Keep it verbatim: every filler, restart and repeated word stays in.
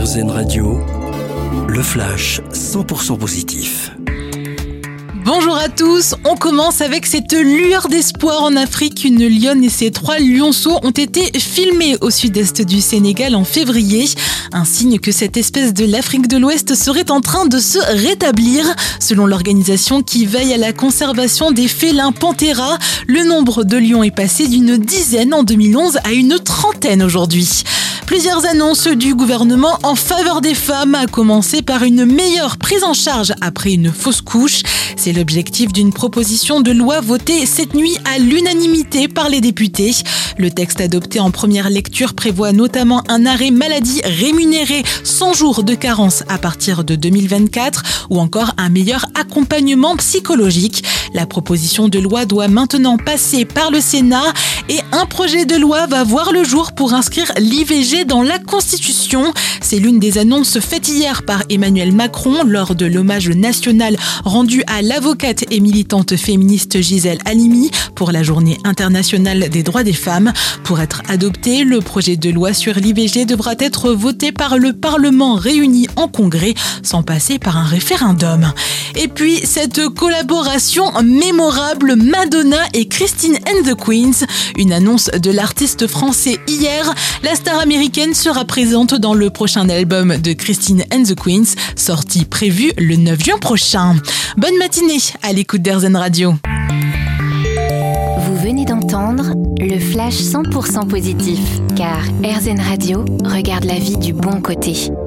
R Z N Radio, le flash cent pour cent positif. Bonjour à tous, on commence avec cette lueur d'espoir en Afrique. Une lionne et ses trois lionceaux ont été filmés au sud-est du Sénégal en février. Un signe que cette espèce de l'Afrique de l'Ouest serait en train de se rétablir. Selon l'organisation qui veille à la conservation des félins Panthera, le nombre de lions est passé d'une dizaine en deux mille onze à une trentaine aujourd'hui. Plusieurs annonces du gouvernement en faveur des femmes, à commencer par une meilleure prise en charge après une fausse couche. C'est l'objectif d'une proposition de loi votée cette nuit à l'unanimité par les députés. Le texte adopté en première lecture prévoit notamment un arrêt maladie rémunéré cent jours de carence à partir de deux mille vingt-quatre ou encore un meilleur accompagnement psychologique. La proposition de loi doit maintenant passer par le Sénat et un projet de loi va voir le jour pour inscrire l'I V G dans la Constitution. C'est l'une des annonces faites hier par Emmanuel Macron lors de l'hommage national rendu à l'avocate et militante féministe Gisèle Halimi pour la Journée internationale des droits des femmes. Pour être adopté, le projet de loi sur l'I V G devra être voté par le Parlement réuni en congrès sans passer par un référendum. Et puis, cette collaboration mémorable Madonna et Christine and the Queens. Une annonce de l'artiste français hier. La star américaine sera présente dans le prochain album de Christine and the Queens, sorti prévu le neuf juin prochain. Bonne matinée à l'écoute d'R Z N Radio. Vous venez d'entendre le flash cent pour cent positif, car R Z N Radio regarde la vie du bon côté.